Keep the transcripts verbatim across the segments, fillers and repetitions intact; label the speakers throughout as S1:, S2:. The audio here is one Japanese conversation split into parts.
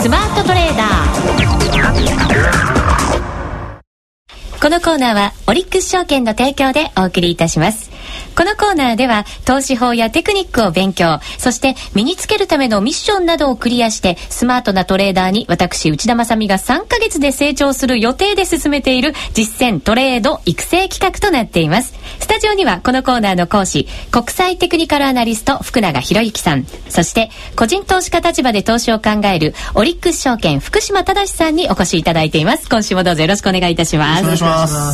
S1: スマートトレーダー。このコーナーはオリックス証券の提供でお送りいたします。このコーナーでは投資法やテクニックを勉強、そして身につけるためのミッションなどをクリアしてスマートなトレーダーに私内田まさみがさんかげつで成長する予定で進めている実践トレード育成企画となっています。スタジオにはこのコーナーの講師、国際テクニカルアナリスト福永博之さん、そして個人投資家立場で投資を考えるオリックス証券福島正さんにお越しいただいています。今週もどうぞよろしくお願いいたします。
S2: よろしくお願いします。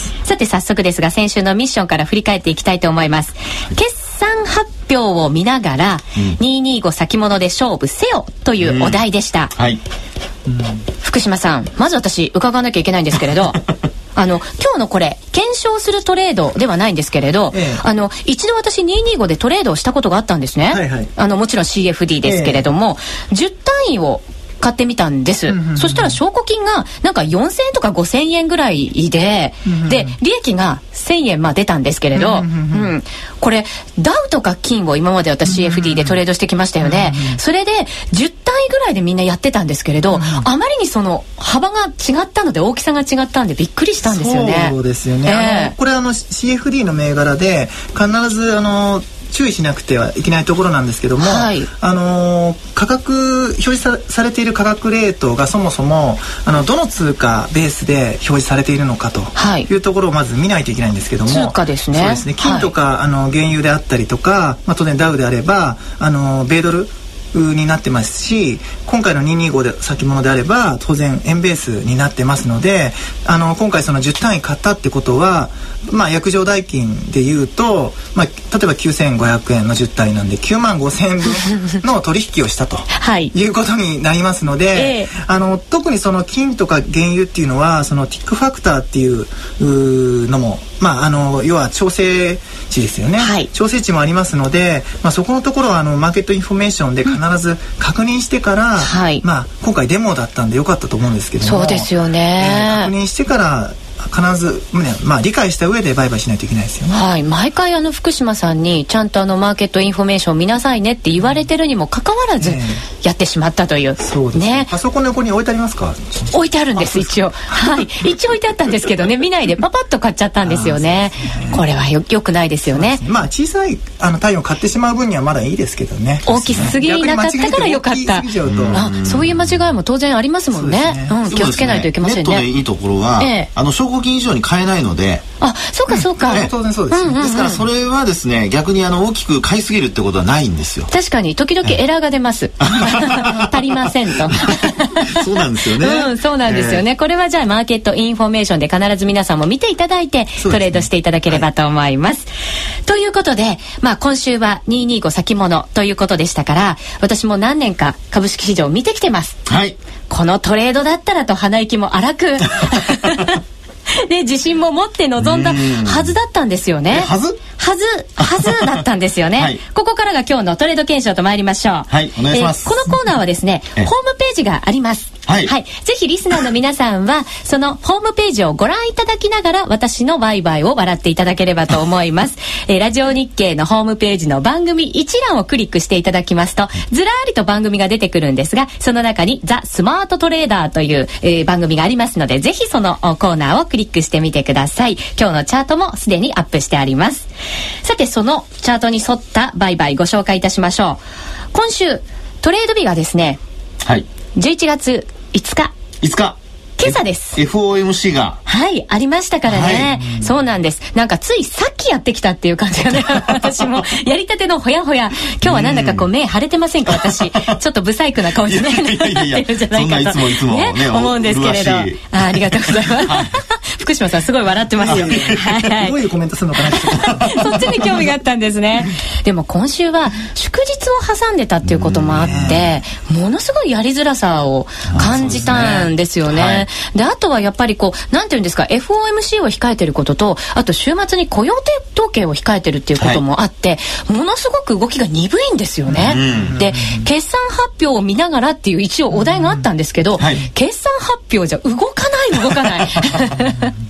S1: さて早速ですが、先週のミッションから振り返っていきたいと思います。決算発表を見ながら、うん、にひゃくにじゅうご先物で勝負せよというお題でした、うん、はい、うん、福島さん、まず私伺わなきゃいけないんですけれどあの今日のこれ検証するトレードではないんですけれど、ええ、あの一度私にひゃくにじゅうごでトレードをしたことがあったんですね、はいはい、あのもちろん シーエフディー ですけれども、ええ、じゅう単位を買ってみたんです、うんうんうん、そしたら証拠金がなんかよんせんえんとかごせんえんぐらいで、うんうん、で利益がせんえんまあ出たんですけれど、うんうんうんうん、これダウとか金を今まで私 シーエフディー でトレードしてきましたよね、うんうんうん、それでじゅう単位ぐらいでみんなやってたんですけれど、うんうん、あまりにその幅が違ったので大きさが違ったんでびっくりしたんですよね。
S2: そうですよね、えー、あのこれあの シーエフディー の銘柄で必ずあの注意しなくてはいけないところなんですけども、はい、あの価格表示 さ, されている価格レートがそもそもあのどの通貨ベースで表示されているのかというところをまず見ないといけないんですけども、
S1: 通貨ですね。
S2: そうですね、金とか、はい、あの原油であったりとか、まあ、当然ダウであればあの米ドルになってますし、今回のにひゃくにじゅうごで先物であれば当然円ベースになってますので、あの今回そのじゅう単位買ったってことは、まあ、約定代金でいうと、まあ、例えばきゅうせんごひゃくえんのじゅう単位なんできゅうまんごせんえんぶんの取引をしたと、はい、いうことになりますので、えー、あの特にその金とか原油っていうのはそのティックファクターっていうのも、まあ、あの要は調整値ですよね、はい、調整値もありますので、まあ、そこのところはあのマーケットインフォメーションで必ず確認してから、うん、はい、まあ、今回デモだったんでよかったと思うんですけども、
S1: そうですよね、
S2: えー、確認してから必ず、ね、まあ、理解した上で売買しないといけないですよね。
S1: はい、毎回あの福島さんにちゃんとあのマーケットインフォメーションを見なさいねって言われてるにもかかわらずやってしまったという、ね、
S2: そうですね。パソコンの横に置いてありますか？
S1: 置いてあるんです一応、はい、一応置いてあったんですけどね見ないでパパッと買っちゃったんですよ ね, ねこれは よ, よくないですよ ね,
S2: ね。まあ小さいあの単位を買ってしまう分にはまだいいですけどね、
S1: 大きすぎなかったからよかった、うん、あ、そういう間違いも当然ありますもん ね, ね、うん、気をつけないといけませんね。
S3: ネットでいいところは、ええ、あの証拠金以上に買えないので、
S1: あ、そうかそうか、
S2: うん、当然そうです、ね、うんうんうん、
S3: ですからそれはですね、逆にあの大きく買いすぎるってことはないんですよ。
S1: 確かに時々エラーが出ます、足りませんと
S3: そうなんですよね、
S1: うん、そうなんですよね、えー、これはじゃあマーケットインフォメーションで必ず皆さんも見ていただいて、ね、トレードしていただければと思います、はい、ということで、まあ、今週はにひゃくにじゅうご先物ということでしたから、私も何年か株式市場を見てきてます、はい、このトレードだったらと鼻息も荒くで自信も持って臨んだはずだったんですよね。
S3: はず
S1: はずはずだったんですよね、はい、ここからが今日のトレード検証と参りましょう。
S3: はい、お願いします。
S1: えー、このコーナーはですねホームページがあります。はい、はい、ぜひリスナーの皆さんはそのホームページをご覧いただきながら私の売買を笑っていただければと思います、えー、ラジオ日経のホームページの番組一覧をクリックしていただきますとずらーりと番組が出てくるんですが、その中にザ・スマートトレーダーという、えー、番組がありますので、ぜひそのコーナーをクリックしてみてください。今日のチャートもすでにアップしてあります。さてそのチャートに沿った売買ご紹介いたしましょう。今週トレード日がですね、はい、じゅういちがついつか
S3: いつか
S1: 今朝です。
S3: エフオーエムシー が
S1: はいありましたからね、はい、そうなんです。なんかついさっきやってきたっていう感じがね私もやりたてのほやほや、今日はなんだかこう目腫れてませんか私ちょっとブサイクな顔に、ね、なってるんじゃないかと、ね、思うんですけれど、あ, ありがとうございます、はい、福島さんすごい笑ってますよね、はいはい、
S2: どういうコメントするのかな
S1: そっちに興味があったんですね。でも今週は祝日を挟んでたっていうこともあってものすごいやりづらさを感じたんですよね。あ, ね、はい、であとはやっぱりこうなんていうんですか エフオーエムシー を控えてることと、あと週末に雇用統計を控えてるっていうこともあって、はい、ものすごく動きが鈍いんですよね。で決算発表を見ながらっていう一応お題があったんですけど、はい、決算発表じゃ動かない動かない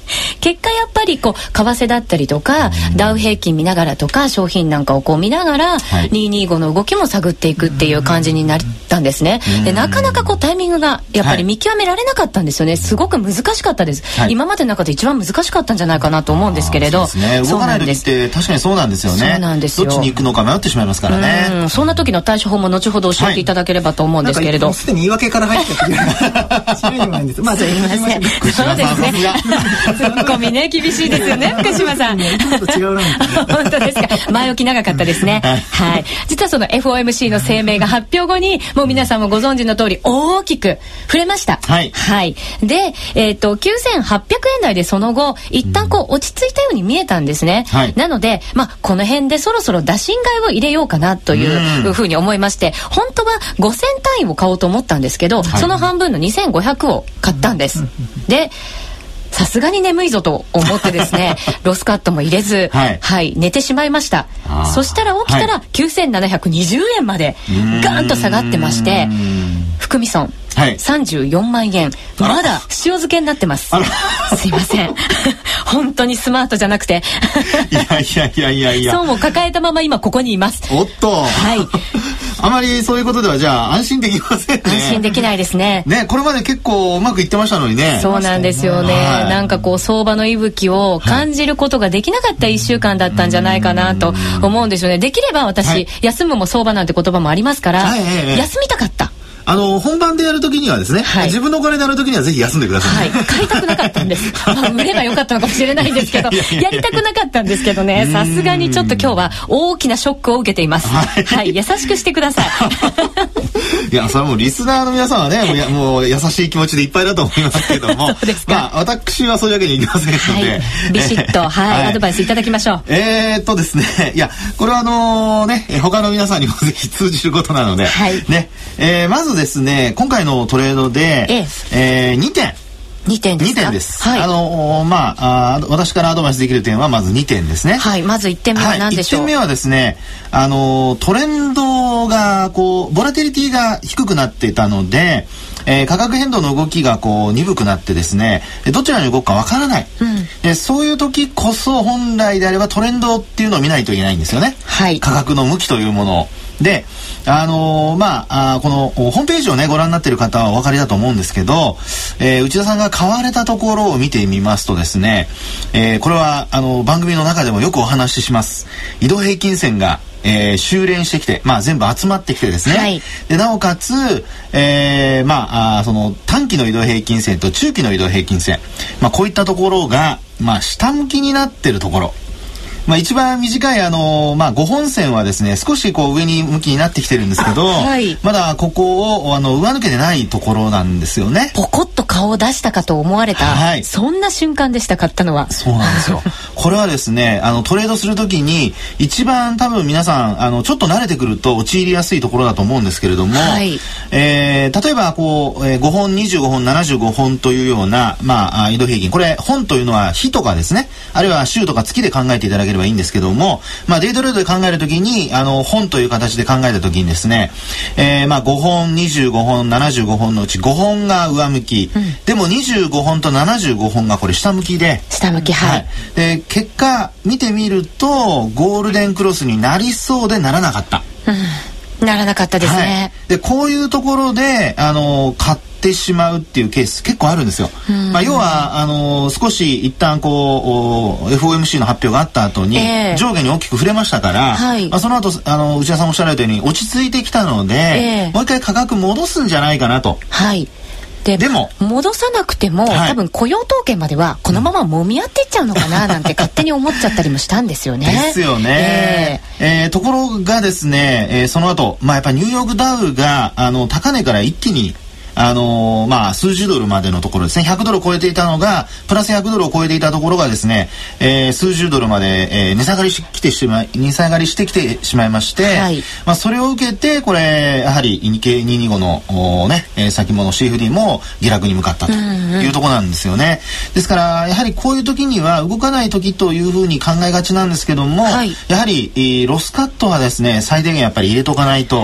S1: 結果やっぱりこう為替だったりとか、うん、ダウ平均見ながらとか商品なんかをこう見ながら、はい、にひゃくにじゅうごの動きも探っていくっていう感じになったんですね。でなかなかこうタイミングがやっぱり見極められなかったんですよね。すごく難しかったです、はい、今までの中で一番難しかったんじゃないかなと思うんですけれど、
S3: そうですね、動かない時って確かにそうなんですよね。
S1: そうなんですよ。
S3: どっちに行くのか迷ってしまいますからね。
S1: うん、そんな時の対処法も後ほど教えていただければと思うんですけれど、
S2: はい、すでに言い訳から入ってくるまあじゃあ言いません。
S1: そうですね。ツッコミね厳しいですよね福島さん。ちょっと違うな。本当ですか。前置き長かったですね。はい。実はその エフオーエムシー の声明が発表後にもう皆さんもご存知の通り大きく触れました。
S3: はい。
S1: はい。で、えっときゅうせんはっぴゃくえん台でその後一旦こう落ち着いたように見えたんですね。はい。なのでまあこの辺でそろそろ打診買いを入れようかなというふうに思いまして、本当はごせん単位を買おうと思ったんですけど、はい、その半分のにせんごひゃくを買ったんです。でさすがに眠いぞと思ってですねロスカットも入れず、はい、はい、寝てしまいました。そしたら起きたらきゅうせんななひゃくにじゅうえんまでガーンと下がってまして、含み損、はい、さんじゅうよんまんえん、まだ塩漬けになってます。すいません本当にスマートじゃなくて
S3: いやいやいやいやいや
S1: 損を抱えたまま今ここにいます。
S3: おっと、
S1: はい
S3: あまりそういうことではじゃあ安心できませんね。
S1: 安心できないですね。
S3: ね、これまで結構うまくいってましたのにね。
S1: そうなんですよね、はい、なんかこう相場の息吹を感じることができなかったいっしゅうかんだったんじゃないかなと思うんですよね。できれば私、はい、休むも相場なんて言葉もありますから、はいはいはい、休みたかった。
S3: あの本番でやるときにはですね、はい、自分のお金でやるときにはぜひ休んでください、
S1: はい、買いたくなかったんですまあ売ればよかったのかもしれないんですけどやりたくなかったんですけどね、さすがにちょっと今日は大きなショックを受けています、はいはい、優しくしてください
S3: いやそれはもうリスナーの皆さんはねもうやもう優しい気持ちでいっぱいだと思いますけども
S1: そうですか、
S3: まあ、私はそういうわけにいきませんので、はい、
S1: ビシッと、はいはい、アドバイスいただきましょう。
S3: えー、っとですねいやこれはあのー、ね他の皆さんにもぜひ通じることなので、はいねえー、まずですね今回のトレードで、えええー、にてん
S1: にてんですか。
S3: にてんです、
S1: はい、
S3: あのまああ私からアドバイスできる点はまずにてんですね。
S1: はい、まずいってんめは何でしょう。
S3: はい、いってんめはですねあのトレンドがこうボラティリティが低くなっていたので、えー、価格変動の動きがこう鈍くなってですねどちらに動くかわからない、うん、でそういう時こそ本来であればトレンドっていうのを見ないといけないんですよね、はい、価格の向きというものを。であのー、まああこのホームページをねご覧になっている方はお分かりだと思うんですけど、えー、内田さんが買われたところを見てみますとですね、えー、これはあの番組の中でもよくお話しします移動平均線がえー、修練してきて、まあ、全部集まってきてですね、はい、でなおかつ、えーまあ、あその短期の移動平均線と中期の移動平均線、まあ、こういったところが、まあ、下向きになっているところ、まあ、一番短いあの、まあ、ごほん線はですね少しこう上に向きになってきてるんですけど、はい、まだここをあの上抜けてないところなんですよね。
S1: ポコッと顔を出したかと思われた、はい、そんな瞬間でした買ったのは。
S3: そうなんですよこれはですねあのトレードするときに一番多分皆さんあのちょっと慣れてくると陥りやすいところだと思うんですけれども、はいえー、例えばこう、えー、ごほんにじゅうごほんななじゅうごほんというような、まあ、移動平均これ本というのは日とかですねあるいは週とか月で考えていただければいいんですけども、まあ、デイトレードで考えるときにあの本という形で考えたときにですね、えーまあ、ごほんにじゅうごほんななじゅうごほんのうちごほんが上向き、うん、でもにじゅうごほんとななじゅうごほんがこれ下向きで
S1: 下向きはい、はい、
S3: で結果見てみるとゴールデンクロスになりそうでならなかった、
S1: うん、ならなかったですね、
S3: はい、でこういうところであの買ってしまうっていうケース結構あるんですよ、まあ、要はあの少し一旦こう エフオーエムシー の発表があった後に、えー、上下に大きく触れましたから、はいまあ、その後あの内田さんおっしゃられたように落ち着いてきたので、えー、もう一回価格戻すんじゃないかなと。
S1: はいで, でも戻さなくても、はい、多分雇用統計まではこのまま揉み合っていっちゃうのかななんて勝手に思っちゃったりもしたんですよね。
S3: ですよね、えーえー、ところがですね、えー、その後、まあ、やっぱりニューヨークダウがあの高値から一気にあのー、まあ数十ドルまでのところですねひゃくドルを超えていたのがプラスひゃくドルを超えていたところがですね、えー、数十ドルまで、えー、値下がりしてきてしまい値下がりしてきてしまいまして、はいまあ、それを受けてこれやはり日経にひゃくにじゅうごのね、えー、先物 シーエフディー も下落に向かったというところなんですよね、うんうん、ですからやはりこういう時には動かない時というふうに考えがちなんですけども、はい、やはり、えー、ロスカットはですね最低限やっぱり入れとかないと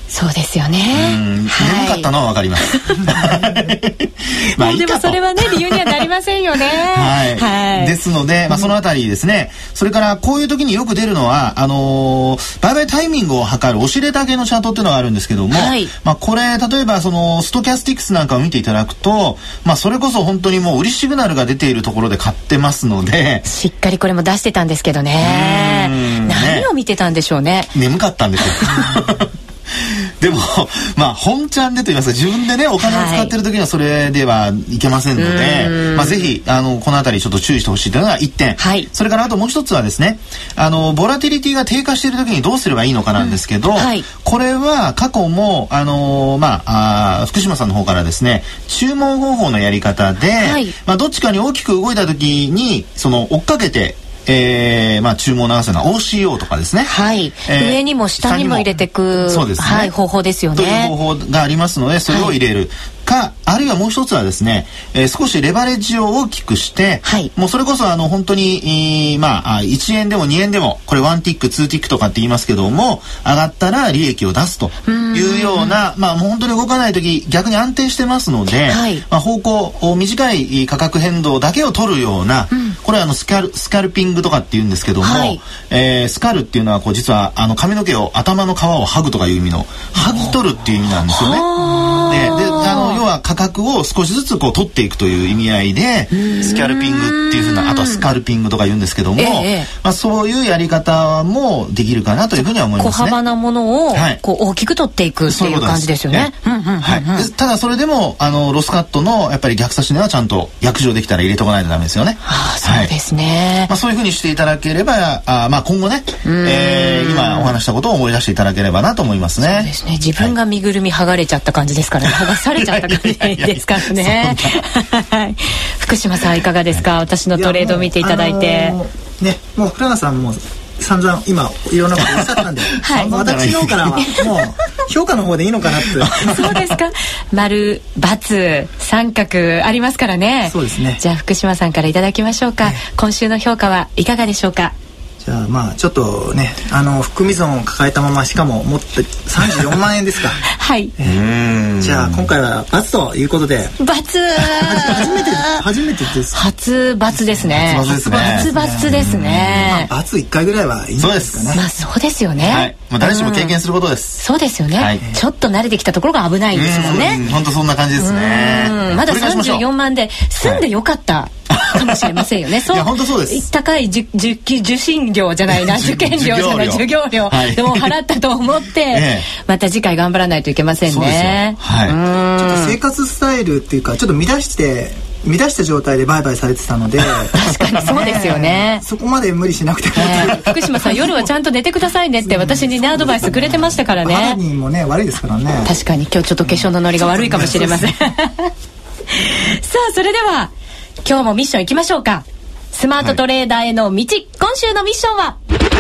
S1: そうですよね。
S3: 眠かったのはわかります。
S1: まあでもそれはね理由にはなりませんよね。
S3: はいはい、ですので、まあ、そのあたりですね、うん、それからこういう時によく出るのはあのー、売買タイミングを測るオシレーター系のチャートっていうのがあるんですけども、はい、まあ、これ例えばそのストキャスティクスなんかを見ていただくと、まあ、それこそ本当にもう売りシグナルが出ているところで買ってますので、
S1: しっかりこれも出してたんですけどね、ね、何を見てたんでしょうね。
S3: 眠かったんですよ。でもまあ本ちゃんでと言いますか、自分でねお金を使ってる時にはそれではいけませんので、はい、まあ、ぜひあのこのあたりちょっと注意してほしいというのがいってん、はい、それからあともう一つはですね、あのボラティリティが低下している時にどうすればいいのかなんですけど、うん、はい、これは過去もあのまあ、あ福島さんの方からですね注文方法のやり方で、はい、まあ、どっちかに大きく動いた時にその追っかけてえーまあ、注文を流すのは オーシーオー とかですね、はい、
S1: えー、上にも下にも入れていく、そうですね、はい、方法ですよね。
S3: という方法がありますのでそれを入れる、はい、かあるいはもう一つはですね、えー、少しレバレッジを大きくして、はい、もうそれこそあの本当に、えー、まあいちえんでもにえんでもこれワンティックツーティックとかって言いますけども、上がったら利益を出すというような、まあもう本当に動かない時逆に安定してますので、はい、まあ、方向短い価格変動だけを取るような、うん、これはあのスカルスカルピングとかって言うんですけども、はい、えー、スカルっていうのはこう実はあの髪の毛を頭の皮を剥ぐとかいう意味の剥ぎ取るっていう意味なんですよね。でであの要は価格を少しずつこう取っていくという意味合いでスキャルピングっていうふうな、あとはスカルピングとか言うんですけども、ええ、まあ、そういうやり方もできるかなというふうには思いますね。
S1: 小幅なものをこう大きく取っていくっていう感じですよね。
S3: ただそれでもあのロスカットのやっぱり逆差し値はちゃんと約定できたら入れとかないとダメですよね。
S1: ああ、そうですね、はい、
S3: まあ、そういうふうにしていただければあ、まあ、今後ね、えー、今お話したことを思い出していただければなと思いますね。
S1: そうですね、自分が身ぐるみ剥がれちゃった感じですからね、剥がされちゃった感じですからね。福島さんいかがですか、私のトレードを見ていただいて。
S2: あのー、ね、もう福永さんも散々今いろんなことおっしゃったんで、はい、私の方からはもう評価の方でいいのかなって。
S1: そうですか。丸×三角ありますからね。そうですね。じゃあ福島さんからいただきましょうか、ね、今週の評価はいかがでしょうか。
S2: じゃあまあちょっとね、あの含み損を抱えたまま、しかも持ってさんじゅうよんまんえんですか。
S1: はい、
S2: えー、じゃあ今回は×ということで。
S1: ×
S2: 初めて初めてです
S1: 初×ですね。
S3: 初×ですね。
S1: 初×ですね。
S2: まあ、×いっかいぐらいはいいんですかね。
S1: まあそうですよね、
S3: はい、まあ、誰しも経験することです。
S1: そうですよね、はい、ちょっと慣れてきたところが危ないんですもんね。
S3: 本当そんな感じですね。
S1: まださんじゅうよんまんで済んでよかった、はい、かもしれませんよね。そう、いや本当そうです。高い受受信料じゃないな、受験料じゃない、授業料でも払ったと思って、ええ、また次回頑張らないといけませんね。
S2: はい、ちょっと生活スタイルっていうかちょっと乱して乱した状態で売買されてたので
S1: 確かにそうですよね。
S2: そこまで無理しなくても、
S1: えー、福島さん夜はちゃんと寝てくださいねって私にねアドバイスくれてましたからね。
S2: 肌にもね悪いですからね。
S1: 確かに今日ちょっと化粧のノリが悪いかもしれません。さあそれでは今日もミッション行きましょうか。スマートトレーダーへの道、はい、今週のミッションは、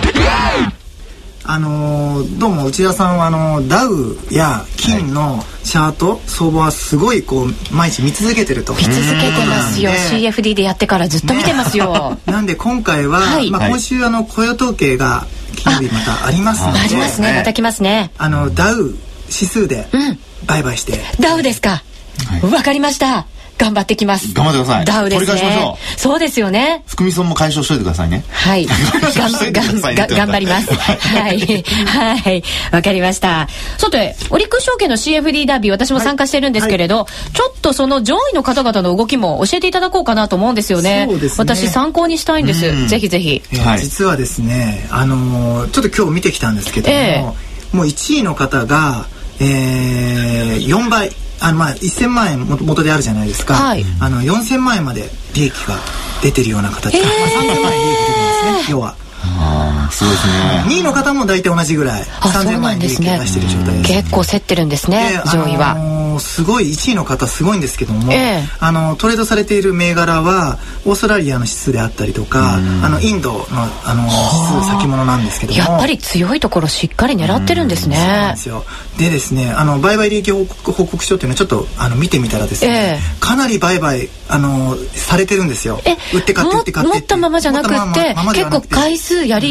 S2: あのー、どうも内田さんはあのー、ダウや金のチャート、はい、相場はすごいこう毎日見続けてると。
S1: 見続けてますよ。 シーエフディー でやってからずっと見てますよ、
S2: ね、なんで今回は、はい、まあ、今週あの雇用統計が金曜日またありますので、
S1: ありますね、また来ますね。
S2: あのダウ指数で売買して、
S1: うん、ダウですか、わ、はい、かりました。頑張ってきます。
S3: 頑張ってください。
S1: ダウですね。
S3: 取り返しましょう。
S1: そうですよね。
S3: 含み損も解消しといてくださいね。
S1: はい。頑張ります。はい。はい。わかりました。さて、オリックス証券の シーエフディー ダービー私も参加してるんですけれど、はいはい、ちょっとその上位の方々の動きも教えていただこうかなと思うんですよね。そうですね。私参考にしたいんです。ぜひぜひ。
S2: えーはい、実はですね、あのー、ちょっと今日見てきたんですけども、えー、もういちいの方が、えー、よんばい。あのまあせんまんえん元であるじゃないですか、はい、あのよんせんまんえんまで利益が出てるような形で、えー、まあ、さんぜんまんえん利益出てるんですね、要は。
S3: あ、そうですね。
S2: にいの方も大体同じぐらいさんぜんまんえん利益を出してる状態です、ね、
S1: 結構競ってるんですね、上位は。あの
S2: ー、すごいいちいの方すごいんですけども、えー、あのトレードされている銘柄はオーストラリアの指数であったりとか、あのインドの、あの指数先物なんですけども、
S1: やっぱり強いところしっかり狙ってるんですね。
S2: そうなんですよ。でですね、あの売買利益報告、報告書っていうのをちょっとあの見てみたらですね、えー、かなり売買あのされてるんですよ。売って買って売って買って
S1: 持ったままじゃなくって結構回数やり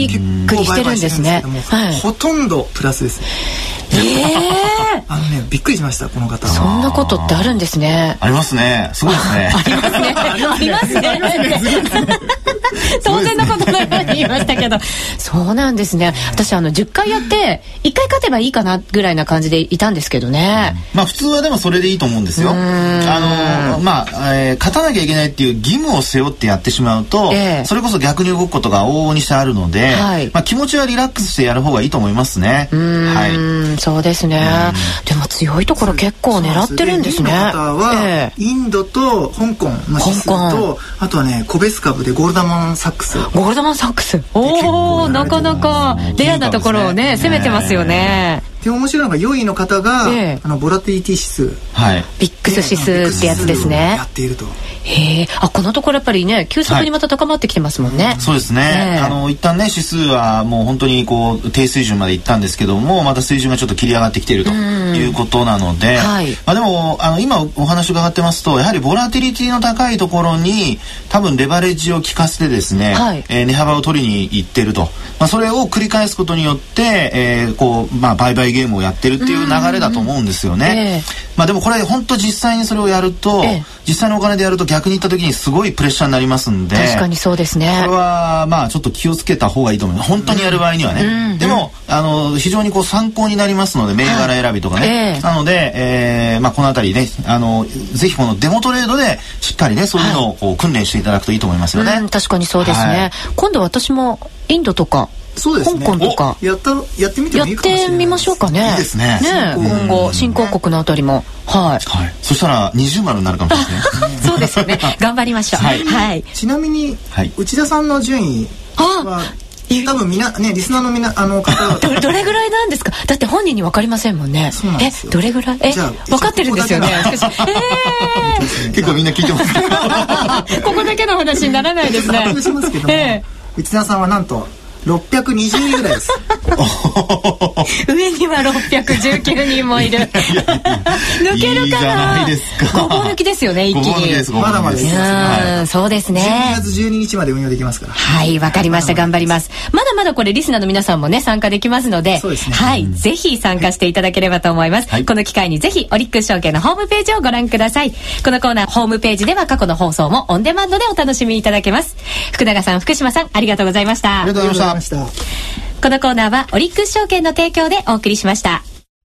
S1: びっくりしてるんですね。
S2: はい、ほとんどプラスです。
S1: えー、
S2: あのね、びっくりしました、この方。
S1: そんなことってあるんですね。
S3: ありますね。すごいですね。
S1: ありますね。ありますね。当然のことのように言いましたけど、そうなんですね。私あのじゅっかいやっていっかい勝てばいいかなぐらいな感じでいたんですけどね。
S3: まあ普通はでもそれでいいと思うんですよ。あのまあ、えー、勝たなきゃいけないっていう義務を背負ってやってしまうと、えー、それこそ逆に動くことが往々にしてあるので、はい、まあ気持ちはリラックスしてやる方がいいと思いますね。
S1: うん、はい、そうですね。でも強いところ結構狙ってるんですね。
S2: インドの方は、えー、インドと香港の指数と、あとはね個別株でゴールドマンサックス。
S1: ゴールドマンサックス。おお、なかなかレアなところをね攻めてますよね。
S2: で面白いのがよんいの方が、えー、あのボラティリティ指数、
S3: はい、
S1: ビックス指数ってやつですね。
S2: やっていると。
S1: へえ、あ、このところやっぱりね急速にまた高まってきてますもんね。はい、
S3: そうですね。えー、あの一旦ね指数はもう本当にこう低水準までいったんですけども、また水準がちょっと切り上がってきているということなので、はい、まあでもあの今お話伺ってますとやはりボラティリティの高いところに多分レバレッジを効かせてですね、はい、えー、値幅を取りに行っていると、まあそれを繰り返すことによって、えー、こうまあ売買ゲームをやってるっていう流れだと思うんですよね。えー、まあでもこれ本当実際にそれをやると、えー、実際のお金でやると逆に言った時にすごいプレッシャーになりますんで、
S1: 確かにそうですね。
S3: これはまあちょっと気をつけた方がいいと思います。本当にやる場合にはね。うん、でもあの非常にこう参考になりますので、銘柄選びとかね。はい、えー、なので、えー、まあこのあたりね、あのぜひこのデモトレードでしっかりねそういうのをこう訓練していただくといいと思いますよね。
S1: うん、確かにそうですね。はい、今度私もインドとか。
S2: そうですね、
S1: 香港とか
S2: やったやってみてもいいかもしれない。
S1: やってみましょうかね。
S3: いいですね。
S1: ね、今後新興国のあたりも、はい。
S3: はい。そしたら二重丸になるかもしれない。
S1: そうですよね。頑張りましょう。はい。はい、
S2: ちなみに、はい、内田さんの順位は多分みなねリスナーのみなあの方は ど, どれぐらいなんですか。だって本人に分かりませんもんね。 そうなんですよ。
S1: えどれぐらいえ分かってるんですよね。え
S3: ー、結構みんな聞いてます。
S1: ここだけの話にならないですね。
S2: 発表しますけども、えー、内田さんはなんとろっぴゃくにじゅういぐらいです。
S1: 上にはろっぴゃくじゅうきゅうにんもいる。抜けるかな。いいごぼう抜きですよね、一気に。
S2: まだまだです。
S1: はい、そうですね。
S2: じゅうにがつじゅうににちまで運用できますから。
S1: はい、わかりました。頑張ります。まだまだこれリスナーの皆さんもね参加できますので、
S2: そうですね、
S1: はい、うん、ぜひ参加していただければと思います。はい、この機会にぜひオリックス証券のホームページをご覧ください。このコーナーホームページでは過去の放送もオンデマンドでお楽しみいただけます。福永さん、福島さん、ありがとうございました。
S3: ありがとうございました。
S1: このコーナーはオリックス証券の提供でお送りしました。